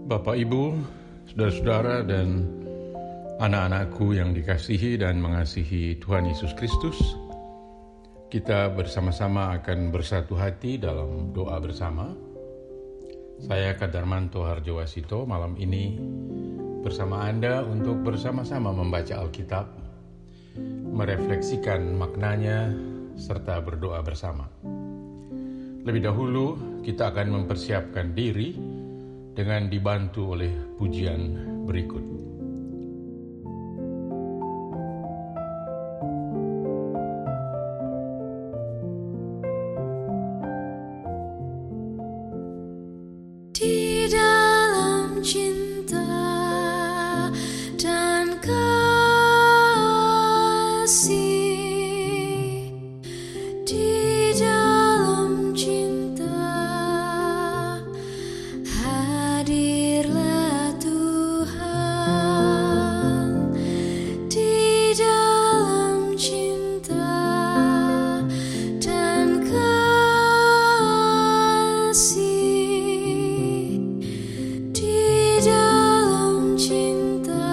Bapak, Ibu, saudara-saudara, dan anak-anakku yang dikasihi dan mengasihi Tuhan Yesus Kristus, kita bersama-sama akan bersatu hati dalam doa bersama. Saya Kadarmanto Harjowasito malam ini bersama Anda untuk bersama-sama membaca Alkitab, merefleksikan maknanya, serta berdoa bersama. Lebih dahulu, kita akan mempersiapkan diri dengan dibantu oleh pujian berikut. Di dalam cinta dan kasih, di dalam cinta hadirlah Tuhan. Di dalam cinta dan kasih, di dalam cinta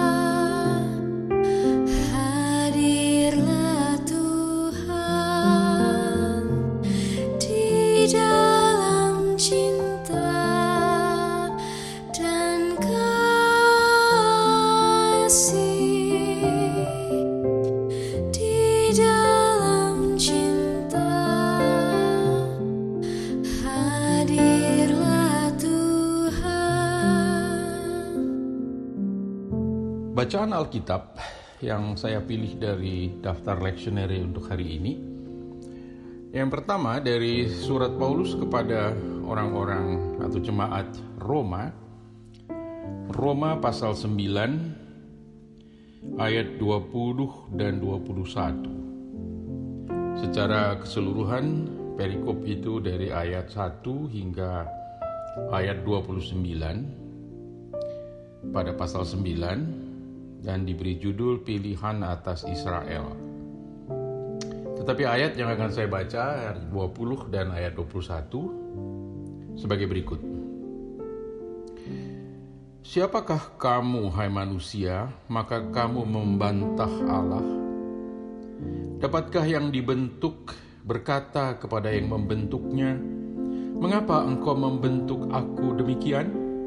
hadirlah Tuhan. Di dalam cinta dan kasih, di dalam cinta hadirlah Tuhan. Bacaan Alkitab yang saya pilih dari daftar leksioneri untuk hari ini. Yang pertama dari surat Paulus kepada orang-orang atau jemaat Roma. Roma pasal 9 ayat 20 dan 21. Secara keseluruhan perikop itu dari ayat 1 hingga ayat 29 pada pasal 9 dan diberi judul Pilihan atas Israel. Tetapi ayat yang akan saya baca ayat 20 dan ayat 21 sebagai berikut. Siapakah kamu, hai manusia, maka kamu membantah Allah? Dapatkah yang dibentuk berkata kepada yang membentuknya, mengapa engkau membentuk aku demikian?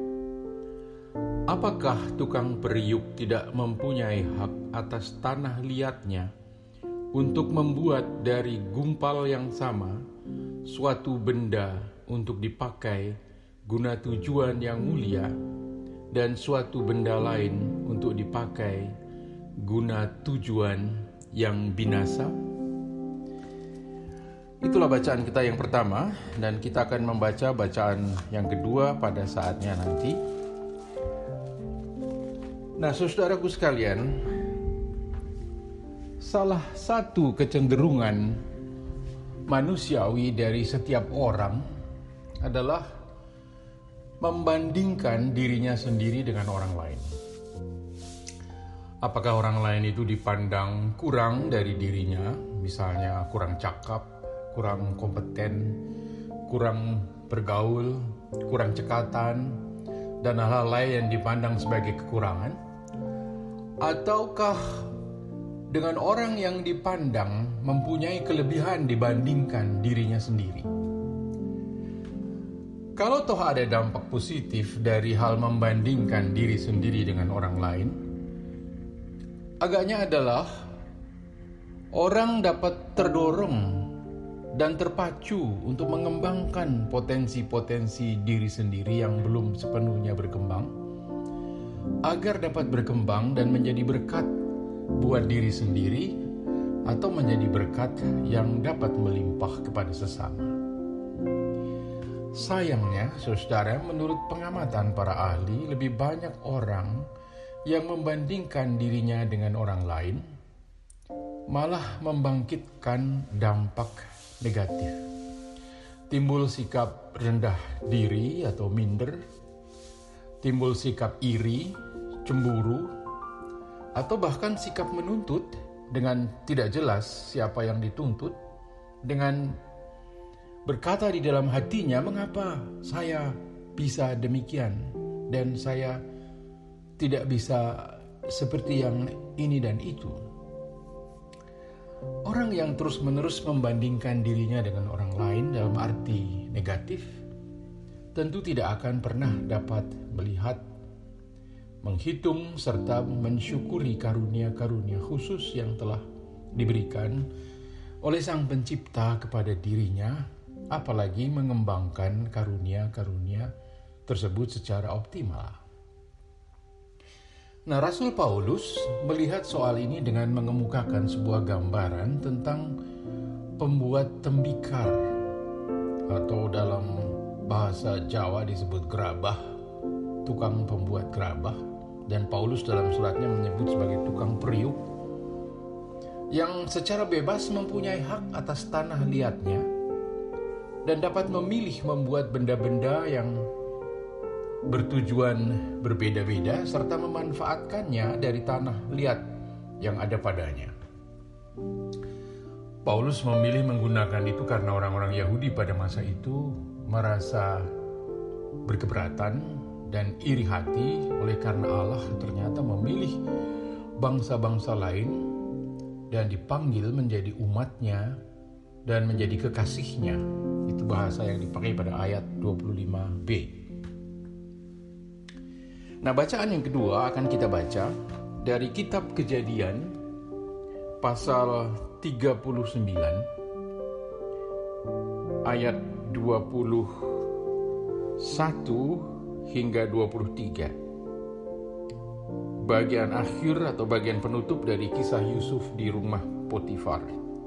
Apakah tukang periuk tidak mempunyai hak atas tanah liatnya untuk membuat dari gumpal yang sama suatu benda untuk dipakai guna tujuan yang mulia dan suatu benda lain untuk dipakai guna tujuan yang binasa? Itulah bacaan kita yang pertama, dan kita akan membaca bacaan yang kedua pada saatnya nanti. Nah, saudaraku sekalian, salah satu kecenderungan manusiawi dari setiap orang adalah membandingkan dirinya sendiri dengan orang lain. Apakah orang lain itu dipandang kurang dari dirinya, misalnya kurang cakap, kurang kompeten, kurang bergaul, kurang cekatan, dan hal-hal lain yang dipandang sebagai kekurangan? Ataukah dengan orang yang dipandang mempunyai kelebihan dibandingkan dirinya sendiri? Kalau toh ada dampak positif dari hal membandingkan diri sendiri dengan orang lain, agaknya adalah orang dapat terdorong dan terpacu untuk mengembangkan potensi-potensi diri sendiri yang belum sepenuhnya berkembang, agar dapat berkembang dan menjadi berkat buat diri sendiri atau menjadi berkat yang dapat melimpah kepada sesama. Sayangnya, saudara, menurut pengamatan para ahli, lebih banyak orang yang membandingkan dirinya dengan orang lain malah membangkitkan dampak negatif. Timbul sikap rendah diri atau minder, timbul sikap iri, cemburu, atau bahkan sikap menuntut dengan tidak jelas siapa yang dituntut, dengan berkata di dalam hatinya, mengapa saya bisa demikian? dan saya tidak bisa seperti yang ini dan itu. Orang yang terus-menerus membandingkan dirinya dengan orang lain dalam arti negatif tentu tidak akan pernah dapat melihat, menghitung, serta mensyukuri karunia-karunia khusus yang telah diberikan oleh Sang Pencipta kepada dirinya, apalagi mengembangkan karunia-karunia tersebut secara optimal. Nah, Rasul Paulus melihat soal ini dengan mengemukakan sebuah gambaran tentang pembuat tembikar, atau dalam bahasa Jawa disebut gerabah, tukang pembuat gerabah, dan Paulus dalam suratnya menyebut sebagai tukang periuk, yang secara bebas mempunyai hak atas tanah liatnya dan dapat memilih membuat benda-benda yang bertujuan berbeda-beda serta memanfaatkannya dari tanah liat yang ada padanya. Paulus memilih menggunakan itu karena orang-orang Yahudi pada masa itu merasa berkeberatan dan iri hati oleh karena Allah ternyata memilih bangsa-bangsa lain dan dipanggil menjadi umatnya dan menjadi kekasihnya. Itu bahasa yang dipakai pada ayat 25b. Nah, bacaan yang kedua akan kita baca dari kitab Kejadian pasal 39 ayat 21 hingga 23. Bagian akhir atau bagian penutup dari kisah Yusuf di rumah Potifar.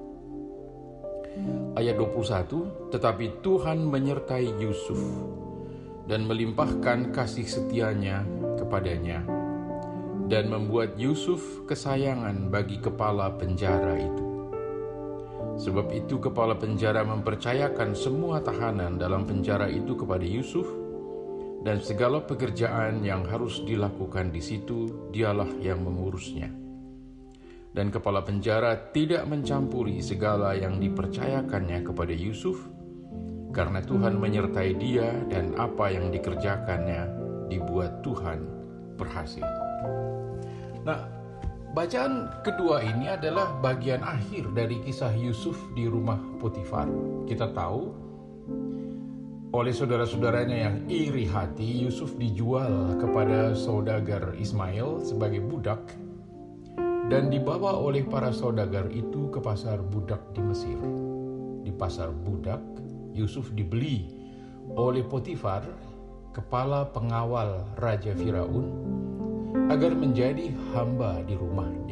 Ayat 21, tetapi Tuhan menyertai Yusuf dan melimpahkan kasih setianya kepadanya dan membuat Yusuf kesayangan bagi kepala penjara itu. Sebab itu kepala penjara mempercayakan semua tahanan dalam penjara itu kepada Yusuf, dan segala pekerjaan yang harus dilakukan di situ dialah yang mengurusnya. Dan kepala penjara tidak mencampuri segala yang dipercayakannya kepada Yusuf, karena Tuhan menyertai dia dan apa yang dikerjakannya dibuat Tuhan berhasil. Nah, bacaan kedua ini adalah bagian akhir dari kisah Yusuf di rumah Potifar. Kita tahu oleh saudara-saudaranya yang iri hati, Yusuf dijual kepada saudagar Ismail sebagai budak dan dibawa oleh para saudagar itu ke pasar budak di Mesir. Di pasar budak, Yusuf dibeli oleh Potifar, kepala pengawal Raja Firaun, agar menjadi hamba di rumahnya.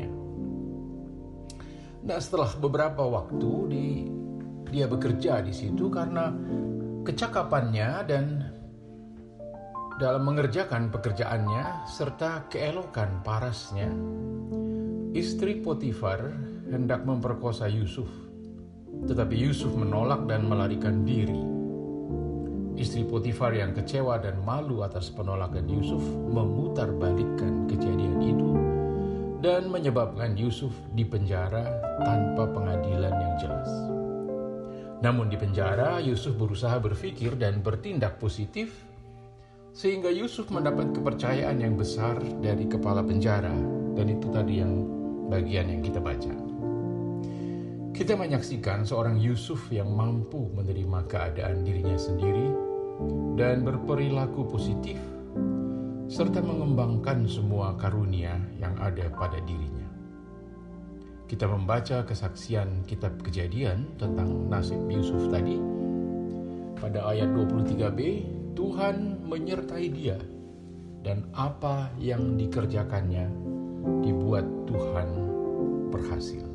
Nah, setelah beberapa waktu dia bekerja di situ karena kecakapannya dan dalam mengerjakan pekerjaannya serta keelokan parasnya, istri Potifar hendak memperkosa Yusuf, tetapi Yusuf menolak dan melarikan diri. Istri Potifar yang kecewa dan malu atas penolakan Yusuf memutarbalikkan kejadian itu dan menyebabkan Yusuf dipenjara tanpa pengadilan yang jelas. Namun di penjara, Yusuf berusaha berpikir dan bertindak positif sehingga Yusuf mendapat kepercayaan yang besar dari kepala penjara, dan itu tadi yang bagian yang kita baca. Kita menyaksikan seorang Yusuf yang mampu menerima keadaan dirinya sendiri dan berperilaku positif serta mengembangkan semua karunia yang ada pada dirinya. Kita membaca kesaksian kitab Kejadian tentang nasib Yusuf tadi. Pada ayat 23b, Tuhan menyertai dia dan apa yang dikerjakannya dibuat Tuhan berhasil.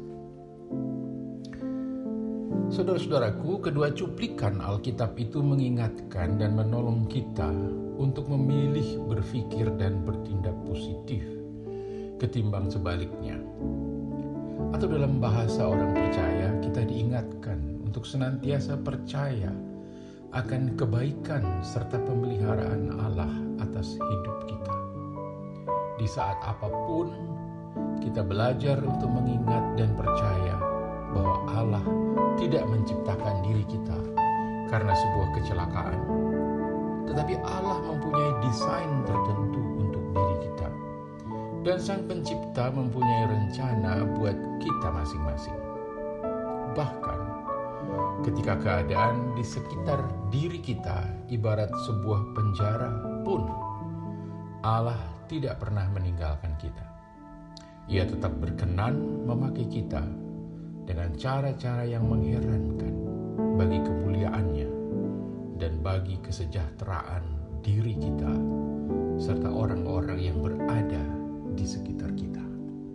Saudara-saudaraku, kedua cuplikan Alkitab itu mengingatkan dan menolong kita untuk memilih berpikir dan bertindak positif ketimbang sebaliknya. Atau dalam bahasa orang percaya, kita diingatkan untuk senantiasa percaya akan kebaikan serta pemeliharaan Allah atas hidup kita. Di saat apapun, kita belajar untuk mengingat dan percaya bahwa Allah tidak menciptakan diri kita karena sebuah kecelakaan, tetapi Allah mempunyai desain tertentu untuk diri kita. Dan Sang Pencipta mempunyai rencana buat kita masing-masing. Bahkan, ketika keadaan di sekitar diri kita ibarat sebuah penjara pun, Allah tidak pernah meninggalkan kita. Ia tetap berkenan memakai kita dengan cara-cara yang mengherankan bagi kemuliaannya dan bagi kesejahteraan diri kita serta orang-orang yang berada di sekitar kita.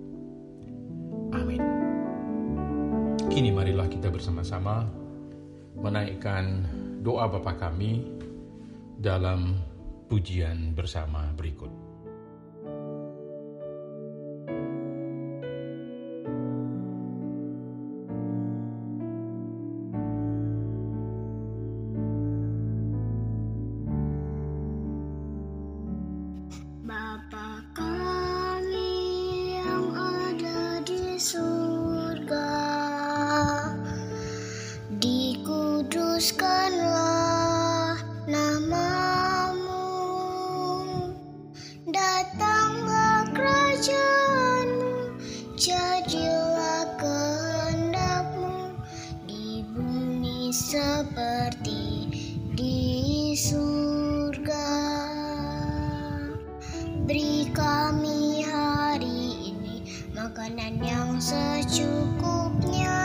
Amin. Kini marilah kita bersama-sama menaikkan doa Bapa kami dalam pujian bersama berikut. Bapa kami yang ada di surga, dikuduskanlah nama-Mu, datanglah kerajaan-Mu, jadilah kehendak-Mu di bumi seperti di surga. Beri kami hari ini makanan yang secukupnya.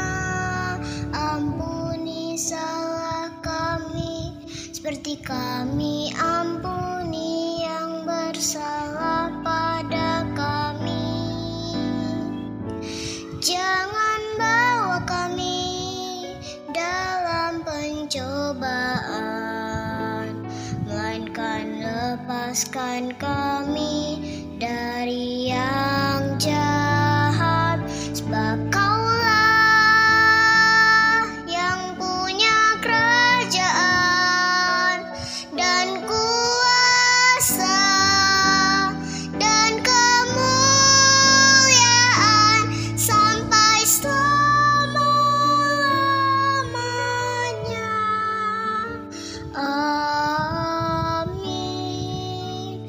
Ampuni salah kami seperti kami ampuni yang bersalah pada kami. Jangan bawa kami dalam pencobaan, melainkan lepaskan kami dari yang jahat, sebab Kaulah yang punya kerajaan dan kuasa dan kemuliaan sampai selama-lamanya. Amin.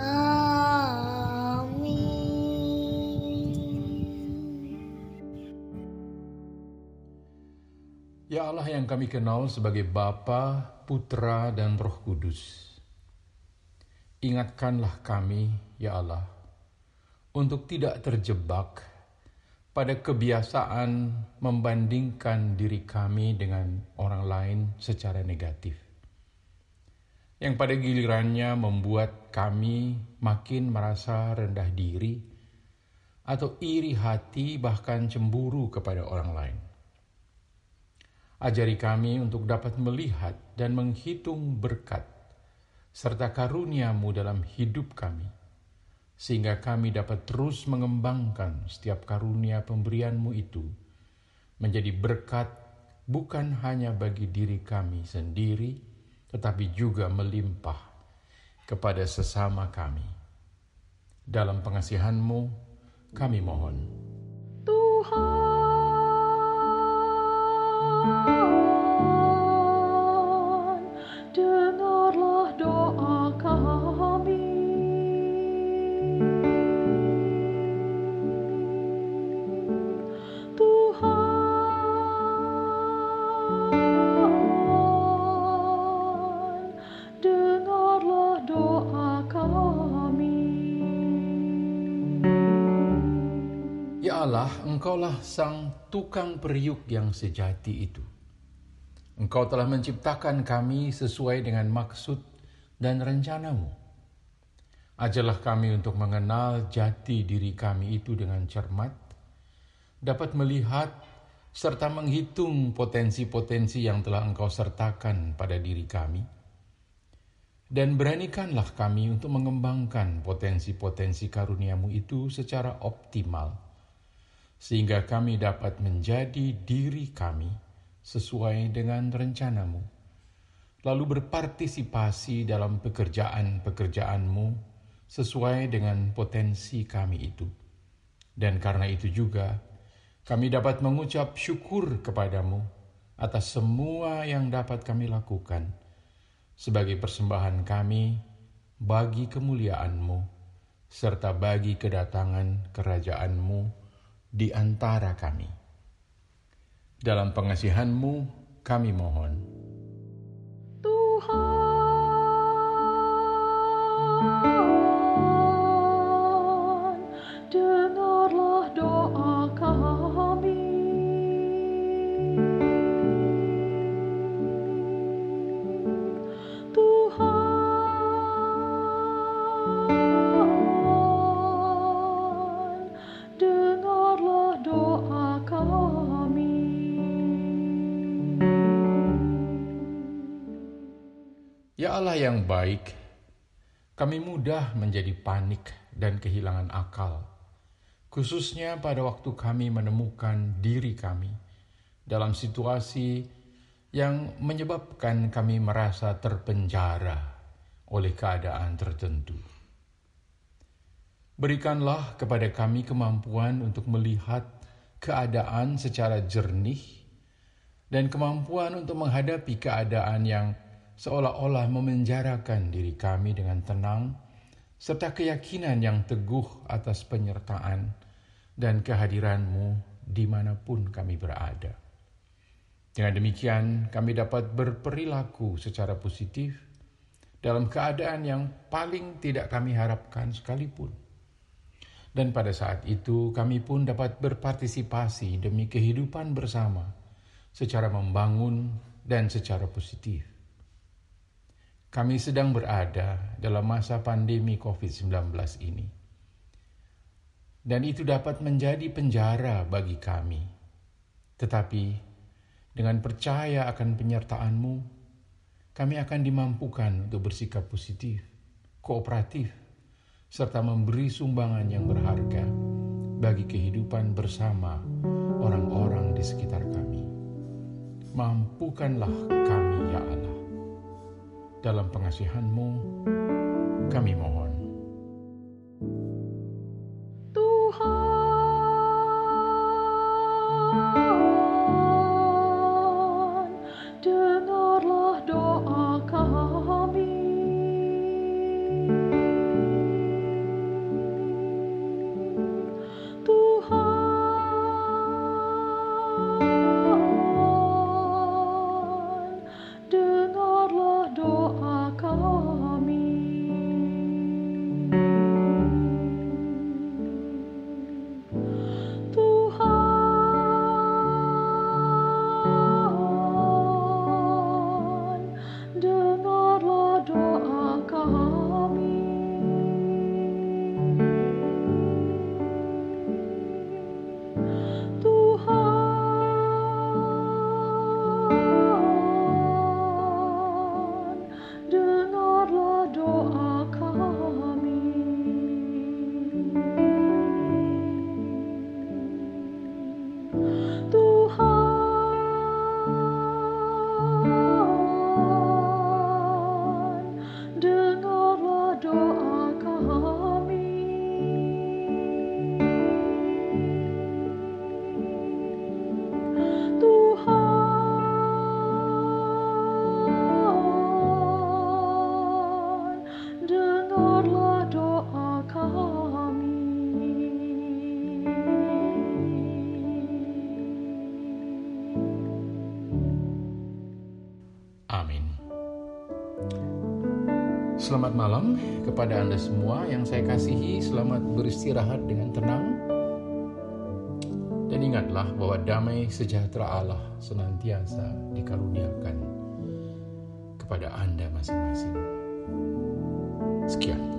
Ya Allah yang kami kenal sebagai Bapa, Putra, dan Roh Kudus, ingatkanlah kami, ya Allah, untuk tidak terjebak pada kebiasaan membandingkan diri kami dengan orang lain secara negatif, yang pada gilirannya membuat kami makin merasa rendah diri atau iri hati, bahkan cemburu kepada orang lain. Ajari kami untuk dapat melihat dan menghitung berkat serta karunia-Mu dalam hidup kami, sehingga kami dapat terus mengembangkan setiap karunia pemberian-Mu itu menjadi berkat bukan hanya bagi diri kami sendiri, tetapi juga melimpah kepada sesama kami. Dalam pengasihan-Mu kami mohon. Dengarlah doa kami. Tuhan, dengarlah doa kami. Ya Allah, Engkaulah sang tukang periuk yang sejati itu. Engkau telah menciptakan kami sesuai dengan maksud dan rencana-Mu. Ajarlah kami untuk mengenal jati diri kami itu dengan cermat, dapat melihat serta menghitung potensi-potensi yang telah Engkau sertakan pada diri kami. Dan beranikanlah kami untuk mengembangkan potensi-potensi karunia-Mu itu secara optimal, sehingga kami dapat menjadi diri kami sesuai dengan rencana-Mu, lalu berpartisipasi dalam pekerjaan-pekerjaan-Mu sesuai dengan potensi kami itu. Dan karena itu juga, kami dapat mengucap syukur kepada-Mu atas semua yang dapat kami lakukan, sebagai persembahan kami bagi kemuliaan-Mu, serta bagi kedatangan kerajaan-Mu di antara kami. Dalam pengasihan-Mu kami mohon. Tuhan, dengarlah doa kami. Tuhan, dengarlah doa kami. Ya Allah yang baik, kami mudah menjadi panik dan kehilangan akal, khususnya pada waktu kami menemukan diri kami dalam situasi yang menyebabkan kami merasa terpenjara oleh keadaan tertentu. Berikanlah kepada kami kemampuan untuk melihat keadaan secara jernih dan kemampuan untuk menghadapi keadaan yang seolah-olah memenjarakan diri kami dengan tenang, serta keyakinan yang teguh atas penyertaan dan kehadiran-Mu dimanapun kami berada. Dengan demikian, kami dapat berperilaku secara positif dalam keadaan yang paling tidak kami harapkan sekalipun. Dan pada saat itu, kami pun dapat berpartisipasi demi kehidupan bersama secara membangun dan secara positif. Kami sedang berada dalam masa pandemi COVID-19 ini. Dan itu dapat menjadi penjara bagi kami. Tetapi dengan percaya akan penyertaan-Mu, kami akan dimampukan untuk bersikap positif, kooperatif, serta memberi sumbangan yang berharga bagi kehidupan bersama orang-orang di sekitar kami. Mampukanlah kami, ya Allah. Dalam pengasihan-Mu, kami mohon. Tuhan, dengarlah doa kami. Tuhan, dengarlah doa kami. Tuhan, dengarlah doa kami. Tuhan, dengarlah doa kami. Tuhan, dengarlah doa kami. Tuhan, dengarlah doa kami. Amin. Selamat malam kepada Anda semua yang saya kasihi. Selamat beristirahat dengan tenang. Dan ingatlah bahwa damai sejahtera Allah senantiasa dikaruniakan kepada Anda masing-masing. Sekian.